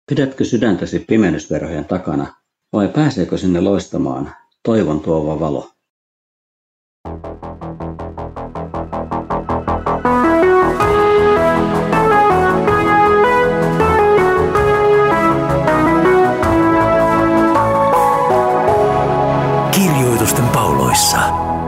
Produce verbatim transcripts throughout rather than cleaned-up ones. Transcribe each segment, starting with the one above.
Pidätkö sydäntäsi pimennysverhojen takana, vai pääseekö sinne loistamaan toivon tuova valo? Kirjoitusten pauloissa.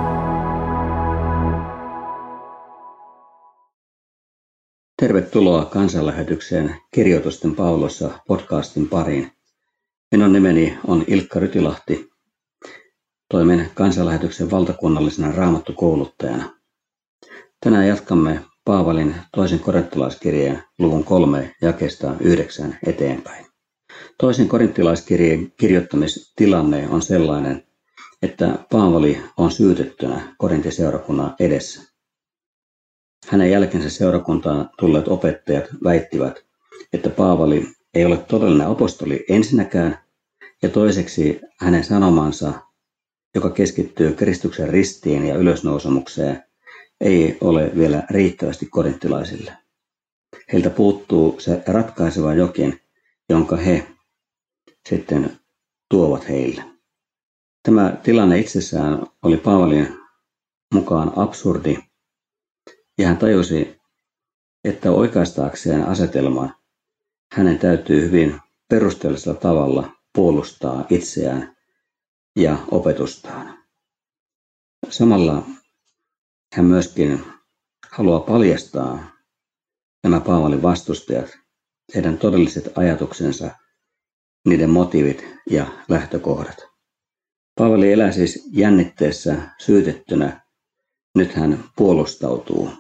Tervetuloa kansanlähetykseen Kirjoitusten pauloissa podcastin pariin. Minun nimeni on Ilkka Rytilahti. Toimin kansanlähetyksen valtakunnallisena raamattukouluttajana. Tänään jatkamme Paavalin toisen korinttilaiskirjeen luvun kolme jakeesta yhdeksän eteenpäin. Toisen korinttilaiskirjeen kirjoittamistilanne on sellainen, että Paavali on syytettynä Korintin seurakunnan edessä. Hänen jälkensä seurakuntaan tulleet opettajat väittivät, että Paavali ei ole todellinen apostoli ensinnäkään, ja toiseksi hänen sanomansa, joka keskittyy Kristuksen ristiin ja ylösnousemukseen, ei ole vielä riittävästi korinttilaisille. Heiltä puuttuu se ratkaiseva jokin, jonka he sitten tuovat heille. Tämä tilanne itsessään oli Paavalin mukaan absurdi, ja hän tajusi, että oikaistaakseen asetelman hänen täytyy hyvin perusteellisella tavalla puolustaa itseään ja opetustaan. Samalla hän myöskin haluaa paljastaa nämä Paavalin vastustajat, heidän todelliset ajatuksensa, niiden motiivit ja lähtökohdat. Paavali elää siis jännitteessä syytettynä, nyt hän puolustautuu.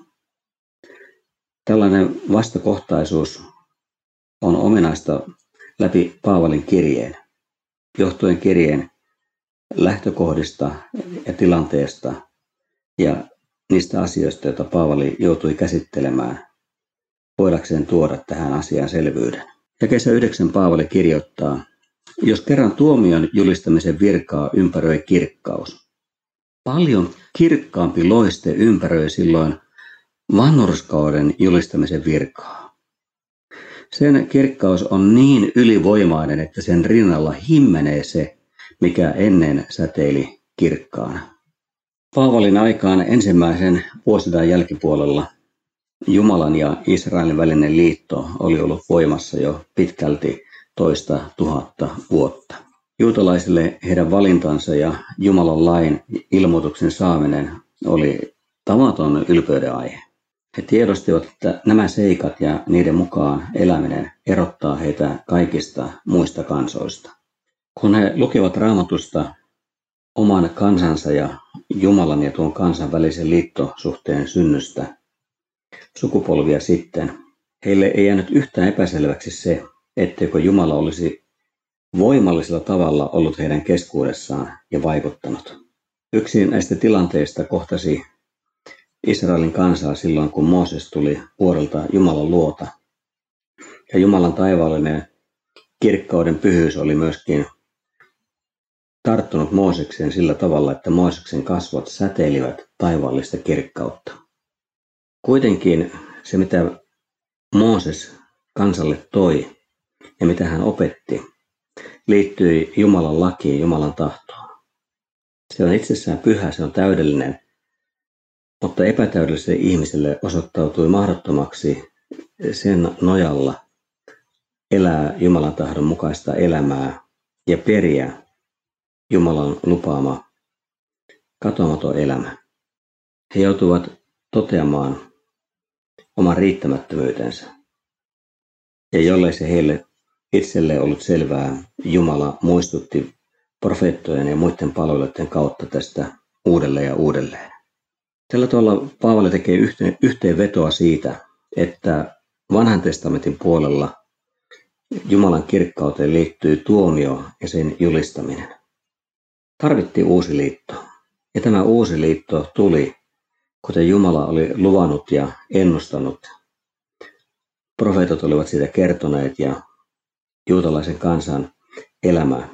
Tällainen vastakohtaisuus on ominaista läpi Paavalin kirjeen, johtuen kirjeen lähtökohdista ja tilanteesta ja niistä asioista, joita Paavali joutui käsittelemään, voidakseen tuoda tähän asiaan selvyyden. Jakeessa yhdeksän Paavali kirjoittaa: jos kerran tuomion julistamisen virkaa ympäröi kirkkaus, paljon kirkkaampi loiste ympäröi silloin vanhurskauden julistamisen virkaa. Sen kirkkaus on niin ylivoimainen, että sen rinnalla himmenee se, mikä ennen säteili kirkkaana. Paavalin aikaan ensimmäisen vuosisadan jälkipuolella Jumalan ja Israelin välinen liitto oli ollut voimassa jo pitkälti toista tuhatta vuotta. Juutalaisille heidän valintansa ja Jumalan lain ilmoituksen saaminen oli tavaton ylpeyden aihe. He tiedostivat, että nämä seikat ja niiden mukaan eläminen erottaa heitä kaikista muista kansoista. Kun he lukivat Raamatusta oman kansansa ja Jumalan ja tuon kansan välisen liittosuhteen synnystä sukupolvia sitten, heille ei jäänyt yhtään epäselväksi se, etteikö Jumala olisi voimallisella tavalla ollut heidän keskuudessaan ja vaikuttanut. Yksi näistä tilanteista kohtasi Israelin kansaa silloin, kun Mooses tuli vuorelta Jumalan luota. Ja Jumalan taivaallinen kirkkauden pyhyys oli myöskin tarttunut Moosekseen sillä tavalla, että Mooseksen kasvot säteilivät taivaallista kirkkautta. Kuitenkin se, mitä Mooses kansalle toi ja mitä hän opetti, liittyi Jumalan lakiin, Jumalan tahtoon. Se on itsessään pyhä, se on täydellinen, mutta epätäydelliselle ihmiselle osoittautui mahdottomaksi sen nojalla elää Jumalan tahdon mukaista elämää ja periä Jumalan lupaama katoamaton elämä. He joutuivat toteamaan oman riittämättömyytensä. Ja jollei se heille itselleen ollut selvää, Jumala muistutti profeettojen ja muiden palveluiden kautta tästä uudelleen ja uudelleen. Tällä tavalla Paavali tekee yhteen, yhteenvetoa siitä, että vanhan testamentin puolella Jumalan kirkkauteen liittyy tuomio ja sen julistaminen. Tarvittiin uusi liitto, ja tämä uusi liitto tuli, kuten Jumala oli luvannut ja ennustanut. Profeetat olivat siitä kertoneet ja juutalaisen kansan elämä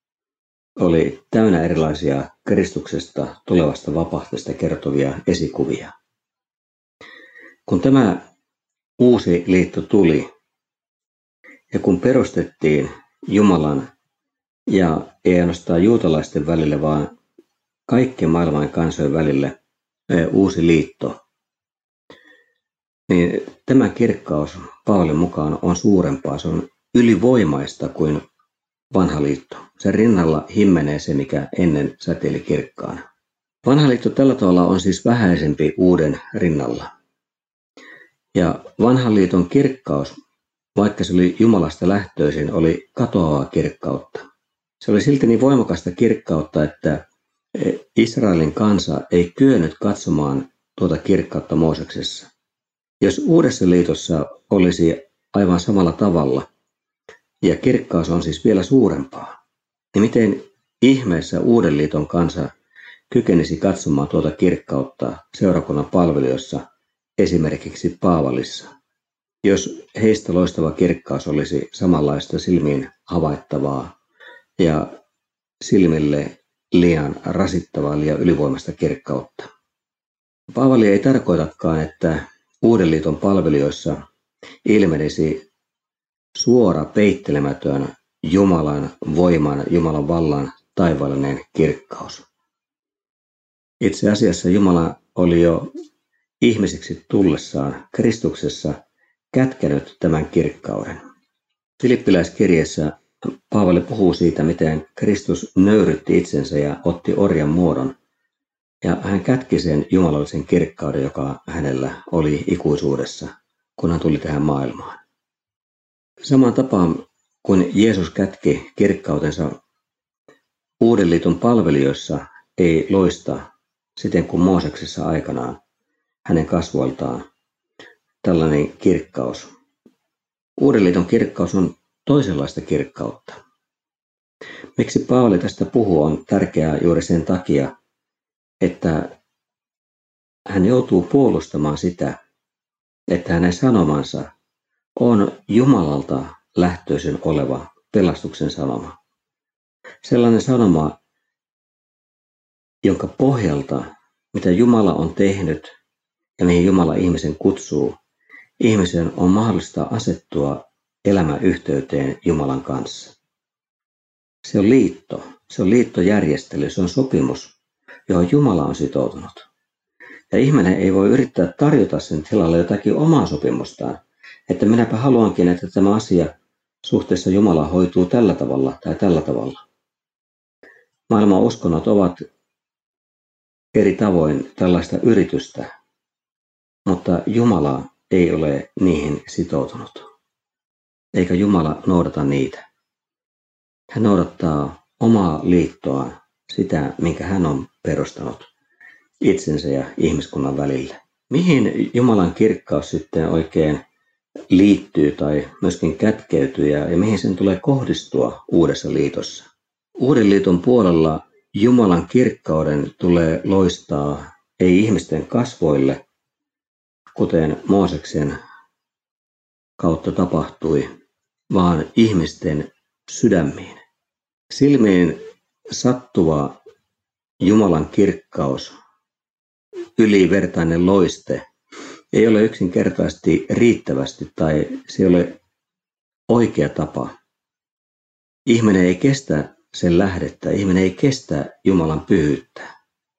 oli täynnä erilaisia Kristuksesta tulevasta vapahtusta kertovia esikuvia. Kun tämä uusi liitto tuli, Ja kun perustettiin Jumalan ja ei ainoastaan juutalaisten välille, vaan kaikkien maailman kansojen välille uusi liitto, niin tämä kirkkaus Paavalin mukaan on suurempaa, se on ylivoimaista kuin vanha liitto. Sen rinnalla himmenee se, mikä ennen säteili kirkkaana. Vanha liitto tällä tavalla on siis vähäisempi uuden rinnalla. Ja vanhan liiton kirkkaus, vaikka se oli Jumalasta lähtöisin, oli katoavaa kirkkautta. Se oli silti niin voimakasta kirkkautta, että Israelin kansa ei kyennyt katsomaan tuota kirkkautta Mooseksessa. Jos uudessa liitossa olisi aivan samalla tavalla, ja kirkkaus on siis vielä suurempaa, niin miten ihmeessä uuden liiton kansa kykenisi katsomaan tuota kirkkautta seurakunnan palvelijoissa, esimerkiksi Paavalissa, jos heistä loistava kirkkaus olisi samanlaista silmiin havaittavaa ja silmille liian rasittavaa, liian ylivoimaista kirkkautta. Paavali ei tarkoitakaan, että uuden liiton palvelijoissa ilmenisi suora, peittelemätön Jumalan voiman, Jumalan vallan taivaallinen kirkkaus. Itse asiassa Jumala oli jo ihmisiksi tullessaan Kristuksessa kätkenyt tämän kirkkauden. Filippiläiskirjeessä Paavali puhuu siitä, miten Kristus nöyrytti itsensä ja otti orjan muodon, ja hän kätki sen jumalallisen kirkkauden, joka hänellä oli ikuisuudessa, kun hän tuli tähän maailmaan. Samaan tapaan kuin Jeesus kätki kirkkautensa, uuden liiton palvelijoissa ei loista siten kuin Mooseksessa aikanaan hänen kasvoiltaan tällainen kirkkaus. Uuden liiton kirkkaus on toisenlaista kirkkautta. Miksi Paavali tästä puhuu on tärkeää juuri sen takia, että hän joutuu puolustamaan sitä, että hänen sanomansa on Jumalalta lähtöisin oleva pelastuksen sanoma. Sellainen sanoma, jonka pohjalta, mitä Jumala on tehnyt ja mihin Jumala ihmisen kutsuu, ihmisen on mahdollista asettua elämäyhteyteen Jumalan kanssa. Se on liitto, se on liittojärjestely, se on sopimus, johon Jumala on sitoutunut. Ja ihminen ei voi yrittää tarjota sen tilalle jotakin omaa sopimustaan, että minäpä haluankin, että tämä asia suhteessa Jumalaan hoituu tällä tavalla tai tällä tavalla. Maailman uskonnot ovat eri tavoin tällaista yritystä, mutta Jumala ei ole niihin sitoutunut, eikä Jumala noudata niitä. Hän noudattaa omaa liittoaan, sitä, minkä hän on perustanut itsensä ja ihmiskunnan välillä. Mihin Jumalan kirkkaus sitten oikein liittyy tai myöskin kätkeytyy ja, ja mihin sen tulee kohdistua uudessa liitossa? Uuden liiton puolella Jumalan kirkkauden tulee loistaa ei ihmisten kasvoille, kuten Mooseksen kautta tapahtui, vaan ihmisten sydämiin. Silmiin sattuva Jumalan kirkkaus, ylivertainen loiste, ei ole yksinkertaisesti riittävästi tai se ei ole oikea tapa. Ihminen ei kestä sen lähdettä, ihminen ei kestä Jumalan pyhyyttä.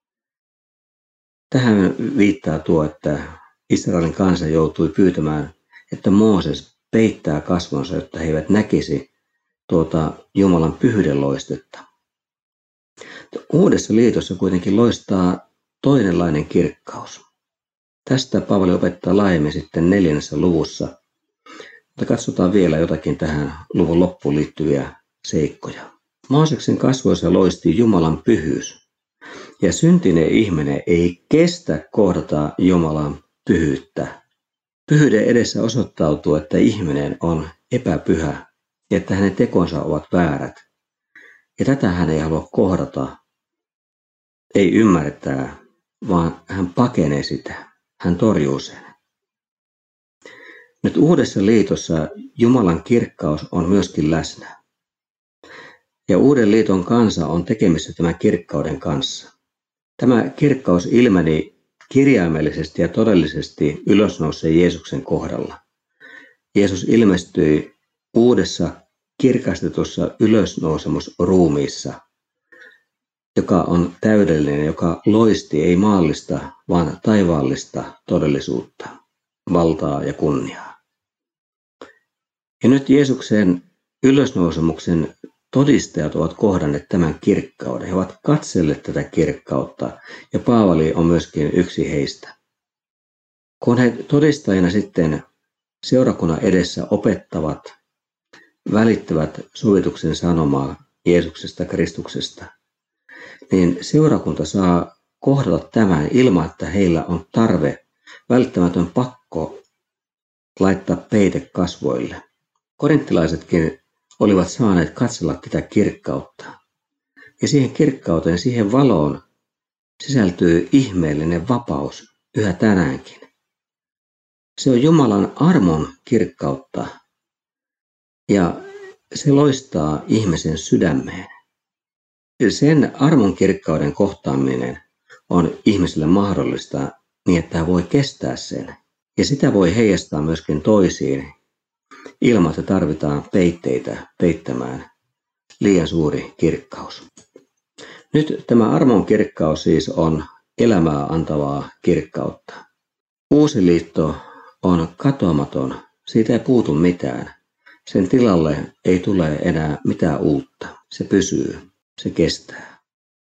Tähän viittaa tuo, että Israelin kansa joutui pyytämään, että Mooses peittää kasvonsa, jotta he eivät näkisi tuota Jumalan pyhyyden loistetta. Uudessa liitossa kuitenkin loistaa toinenlainen kirkkaus. Tästä Paavali opettaa laajemmin sitten neljännessä luvussa, mutta katsotaan vielä jotakin tähän luvun loppuun liittyviä seikkoja. Mooseksen kasvoissa loisti Jumalan pyhyys, ja syntinen ihminen ei kestä kohdata Jumalan pyhyyttä. Pyhyyden edessä osoittautuu, että ihminen on epäpyhä ja että hänen tekonsa ovat väärät. Ja tätä hän ei halua kohdata, ei ymmärtää, vaan hän pakenee sitä, hän torjuu sen. Nyt uudessa liitossa Jumalan kirkkaus on myöskin läsnä. Ja uuden liiton kansa on tekemissä tämän kirkkauden kanssa. Tämä kirkkaus ilmeni kirjaimellisesti ja todellisesti ylösnouseen Jeesuksen kohdalla. Jeesus ilmestyi uudessa kirkastetussa ylösnousemusruumiissa, joka on täydellinen, joka loisti ei maallista, vaan taivaallista todellisuutta, valtaa ja kunniaa. Ja nyt Jeesuksen ylösnousemuksen todistajat ovat kohdanneet tämän kirkkauden. He ovat katselleet tätä kirkkautta, ja Paavali on myöskin yksi heistä. Kun he todistajina sitten seurakunnan edessä opettavat, välittävät sovituksen sanomaa Jeesuksesta Kristuksesta, niin seurakunta saa kohdata tämän ilman, että heillä on tarve, välttämätön pakko laittaa peite kasvoille. Korinttilaisetkin olivat saaneet katsella tätä kirkkautta. Ja siihen kirkkauteen, siihen valoon sisältyy ihmeellinen vapaus yhä tänäänkin. Se on Jumalan armon kirkkautta ja se loistaa ihmisen sydämeen. Sen armon kirkkauden kohtaaminen on ihmiselle mahdollista niin, että hän voi kestää sen. Ja sitä voi heijastaa myöskin toisiin ilman, että tarvitaan peitteitä peittämään liian suuri kirkkaus. Nyt tämä armon kirkkaus siis on elämää antavaa kirkkautta. Uusi liitto on katoamaton, siitä ei puutu mitään. Sen tilalle ei tule enää mitään uutta. Se pysyy, se kestää.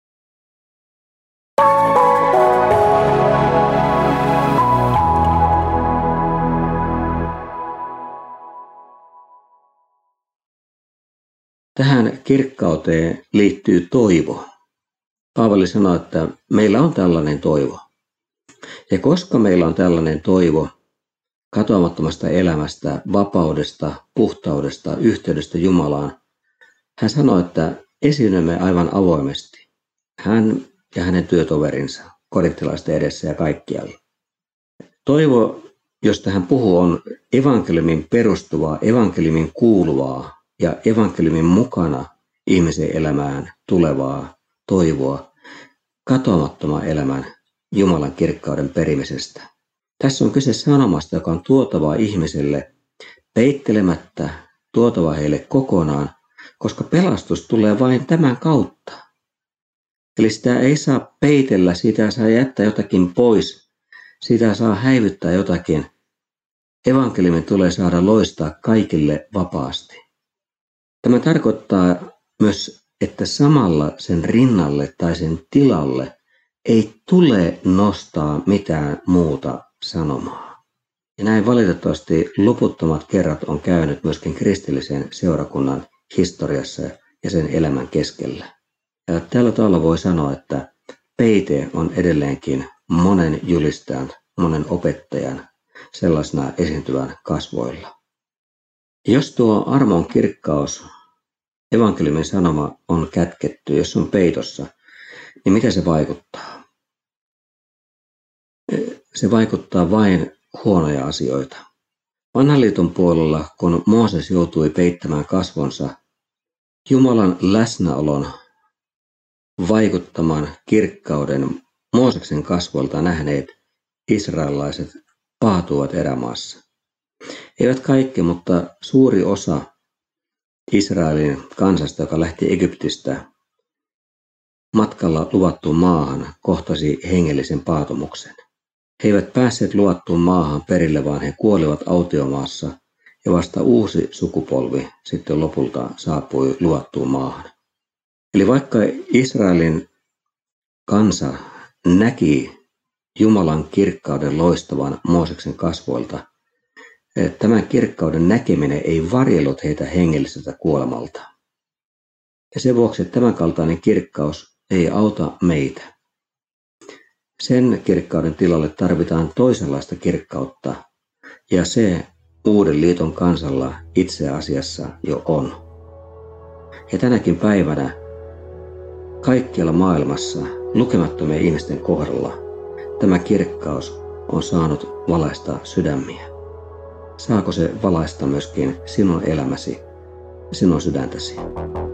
Tähän kirkkauteen liittyy toivo. Paavali sanoi, että meillä on tällainen toivo. Ja koska meillä on tällainen toivo katoamattomasta elämästä, vapaudesta, puhtaudesta, yhteydestä Jumalaan, hän sanoi, että esiinnymme aivan avoimesti. Hän ja hänen työtoverinsa korinttilaisten edessä ja kaikkialla. Toivo, josta hän puhuu, on evankeliumin perustuvaa, evankeliumin kuuluvaa ja evankeliumin mukana ihmisen elämään tulevaa toivoa, katoamattoman elämän Jumalan kirkkauden perimisestä. Tässä on kyse sanomasta, joka on tuotava ihmiselle peittelemättä, tuotava heille kokonaan, koska pelastus tulee vain tämän kautta. Eli sitä ei saa peitellä, sitä saa jättää jotakin pois, sitä saa häivyttää jotakin. Evankeliumin tulee saada loistaa kaikille vapaasti. Tämä tarkoittaa myös, että samalla sen rinnalle tai sen tilalle ei tule nostaa mitään muuta sanomaa. Ja näin valitettavasti loputtomat kerrat on käynyt myöskin kristillisen seurakunnan historiassa ja sen elämän keskellä. Ja tällä tavalla voi sanoa, että peite on edelleenkin monen julistajan, monen opettajan sellaisena esiintyvän kasvoilla. Jos tuo armon kirkkaus, evankeliumin sanoma on kätketty, jos on peitossa, niin mitä se vaikuttaa? Se vaikuttaa vain huonoja asioita. Vanhan liiton puolella, kun Mooses joutui peittämään kasvonsa, Jumalan läsnäolon vaikuttaman kirkkauden Mooseksen kasvolta nähneet israelilaiset paatuvat erämaassa. Eivät kaikki, mutta suuri osa Israelin kansasta, joka lähti Egyptistä matkalla luvattuun maahan, kohtasi hengellisen paatumuksen. He eivät päässeet luvattuun maahan perille, vaan he kuolivat autiomaassa ja vasta uusi sukupolvi sitten lopulta saapui luvattuun maahan. Eli vaikka Israelin kansa näki Jumalan kirkkauden loistavan Mooseksen kasvoilta, tämän kirkkauden näkeminen ei varjellut heitä hengelliseltä kuolemalta. Ja sen vuoksi tämän kaltainen kirkkaus ei auta meitä. Sen kirkkauden tilalle tarvitaan toisenlaista kirkkautta, ja se uuden liiton kansalla itse asiassa jo on. Ja tänäkin päivänä kaikkialla maailmassa lukemattomien ihmisten kohdalla tämä kirkkaus on saanut valaista sydämiä. Saako se valaista myöskin sinun elämäsi, sinun sydäntäsi?